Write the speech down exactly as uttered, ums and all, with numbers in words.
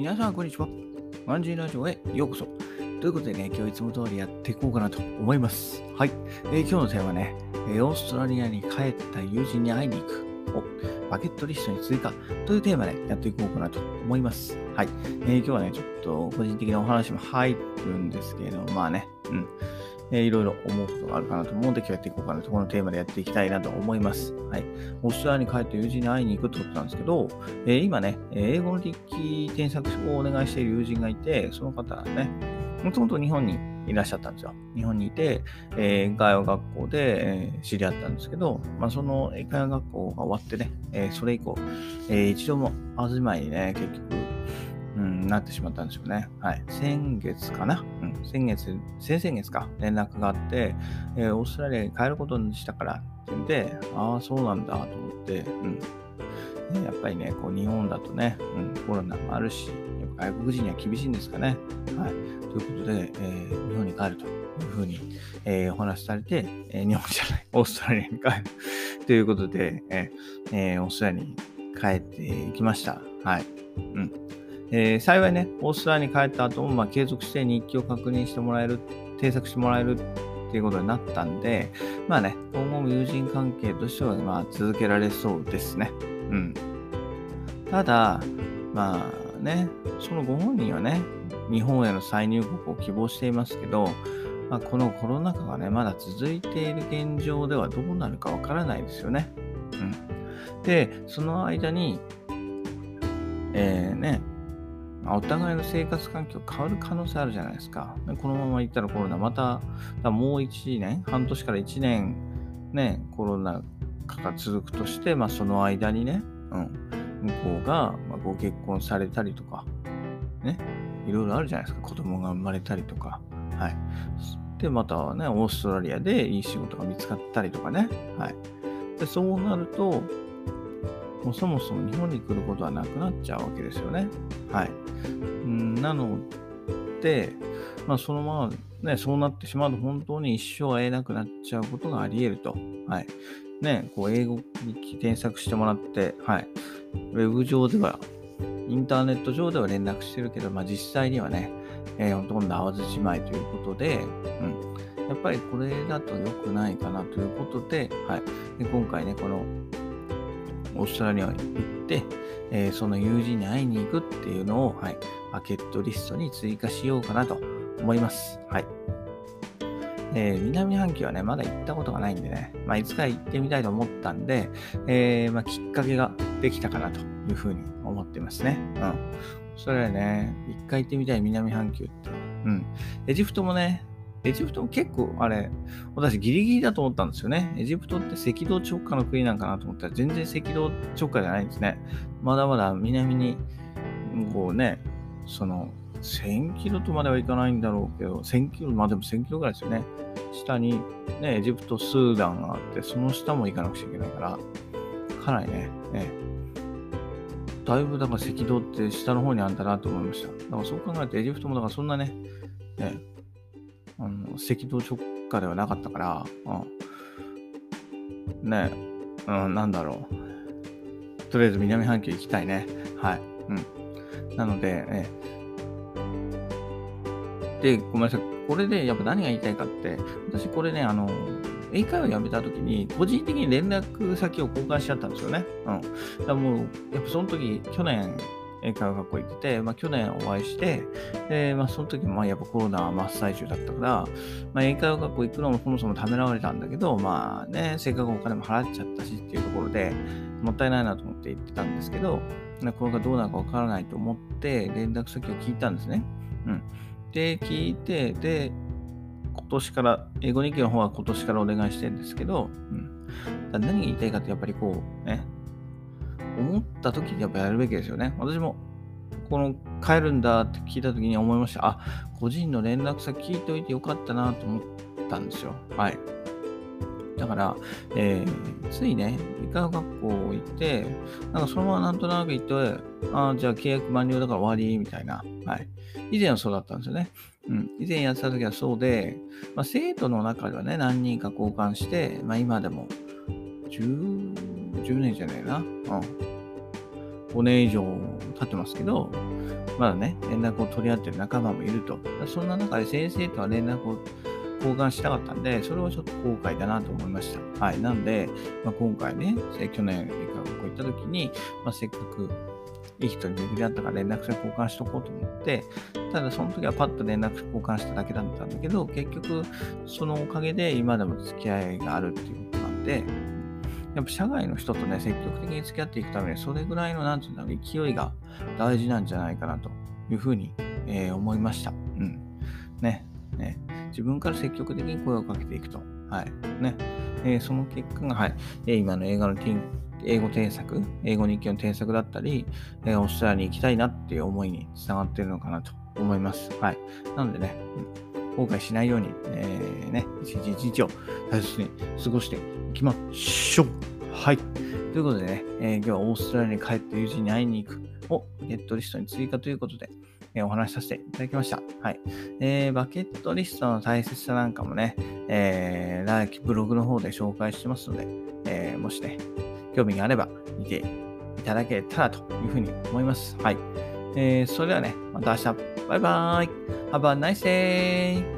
皆さん、こんにちは。ワンジーラジオへようこそ。ということでね、今日いつも通りやっていこうかなと思います。はい。えー今日のテーマはね、えーオーストラリアに帰った友人に会いに行くをバケットリストに追加というテーマでやっていこうかなと思います。はい。えー今日はね、ちょっと個人的なお話も入るんですけれども、まあね、うん。えーいろいろ思うことがあるかなと思うので、今日やっていこうかなと、このテーマでやっていきたいなと思います。はい。オーストラリアに帰って友人に会いに行くってことなんですけど、えー今ね、えー英語の日記添削をお願いしている友人がいて、その方はね、もともと日本にいらっしゃったんですよ。日本にいて、えー英会話学校で、えー知り合ったんですけど、まあ、その英会話学校が終わってね、えーそれ以降、えー一度も会うまいにね、結局、うん、なってしまったんですよね。はい。先月かな、うん、先月、先々月か、連絡があって、えーオーストラリアに帰ることにしたからって言って、ああ、そうなんだと思って、うん。ねやっぱりね、こう日本だとね、うん、コロナもあるし、やっぱ外国人には厳しいんですかね。はい。ということで、えー日本に帰るというふうに、えーお話しされて、えー日本じゃない、オーストラリアに帰るということで、えーえーオーストラリアに帰ってきました。はい。うんえー幸いね、オーストラリアに帰った後も、まあ、継続して日記を確認してもらえる、添削してもらえるっていうことになったんで、まあね、今後も友人関係としては、まあ、続けられそうですね。うん。ただ、まあね、そのご本人はね、日本への再入国を希望していますけど、まあ、このコロナ禍がね、まだ続いている現状ではどうなるかわからないですよね。うん。で、その間に、えー、ね、まあお互いの生活環境変わる可能性あるじゃないですか。でこのままいったらコロナ、また、だもういちねん、半年からいちねん、ね、コロナ禍が続くとして、まあその間にね、うん、向こうが、まあ、ご結婚されたりとか、ね、いろいろあるじゃないですか。子供が生まれたりとか。はい。で、またはね、オーストラリアでいい仕事が見つかったりとかね。はい。で、そうなると、もうそもそも日本に来ることはなくなっちゃうわけですよね。はい。うんなので、まあ、そのままね、そうなってしまうと本当に一生会えなくなっちゃうことがあり得ると。はい。ね、こう英語に添削してもらって、はい。ウェブ上では、インターネット上では連絡してるけど、まあ、実際にはね、えーほとんど会わずじまいということで、うん。やっぱりこれだと良くないかなということで、はい。で今回ね、このオーストラリアに行って、えーその友人に会いに行くっていうのを、はい、バケットリストに追加しようかなと思います。はい。えー南半球はね、まだ行ったことがないんでね、まあ、いつか行ってみたいと思ったんで、えーまあ、きっかけができたかなというふうに思ってますね。うん。それはね、一回行ってみたい南半球って。うん。エジプトもね、エジプトも結構、あれ、私ギリギリだと思ったんですよね。エジプトって赤道直下の国なんかなと思ったら全然赤道直下じゃないんですね。まだまだ南に、こうね、その、せんキロとまではいかないんだろうけど、せんキロ、まあでもせんキロぐらいですよね。下にね、エジプト、スーダンがあって、その下も行かなくちゃいけないから、かなりね、ねだいぶだから赤道って下の方にあんだなと思いました。だからそう考えるとエジプトもだからそんなね、ねあの赤道直下ではなかったから、うん、ねうん、なんだろう。とりあえず南半球行きたいね。はい。うん。なので、えで、ごめんなさい。これでやっぱ何が言いたいかって、私これね、あの、英会話やめた時に、個人的に連絡先を交換しちゃったんですよね。うん。だからもう、やっぱその時、去年、英会話学校行ってて、まあ去年お会いして、で、まあその時もまあやっぱコロナ真っ最中だったから、まあ英会話学校行くのもそもそもためらわれたんだけど、まあね、せっかくお金も払っちゃったしっていうところで、もったいないなと思って言ってたんですけど、これがどうなるかわからないと思って連絡先を聞いたんですね。うん。で、聞いて、で、今年から、英語日記の方は今年からお願いしてるんですけど、うん。だ何が言いたいかってやっぱりこう、ね、思った時にやっぱやるべきですよね。私も、この帰るんだって聞いた時に思いました。あ、個人の連絡先聞いておいてよかったなと思ったんですよ。はい。だから、えーついね、理科学校行って、なんかそのままなんとなく行って、ああ、じゃあ契約満了だから終わり、みたいな。はい。以前はそうだったんですよね。うん。以前やってた時はそうで、まあ、生徒の中ではね、何人か交換して、まあ今でもじゅう、じゅうねんじゃねえな。うん。ごねん以上経ってますけど、 まだね、連絡を取り合ってる仲間もいると。そんな中で先生とは連絡を交換したかったんで、それはちょっと後悔だなと思いました。はい。なんで、まあ、今回ね、去年、学校行った時に、まあ、せっかくいい人に巡り合ったから連絡先交換しとこうと思って、ただその時はパッと連絡先交換しただけだったんだけど、結局、そのおかげで今でも付き合いがあるっていうことなんで、やっぱ社外の人とね、積極的に付き合っていくために、それぐらいの、なんていうんだろう、勢いが大事なんじゃないかなというふうに、えー思いました。うん。ね。ね。自分から積極的に声をかけていくと。はい。ね。えーその結果が、はい。えー今の映画のティン英語添削、英語日記の添削だったり、えーオーストラリアに行きたいなっていう思いにつながっているのかなと思います。はい。なのでね、うん後悔しないように、えーね、一日一日を大切に過ごしていきましょう。はい。ということでね、えー今日はオーストラリアに帰って友人に会いに行くをゲットリストに追加ということで、えーお話しさせていただきました。はい。えーバケットリストの大切さなんかもね、えー来ブログの方で紹介してますので、えーもしね、興味があれば見ていただけたらというふうに思います。はい。えーそれではね、また明日。バイバーイ。Have a nice day!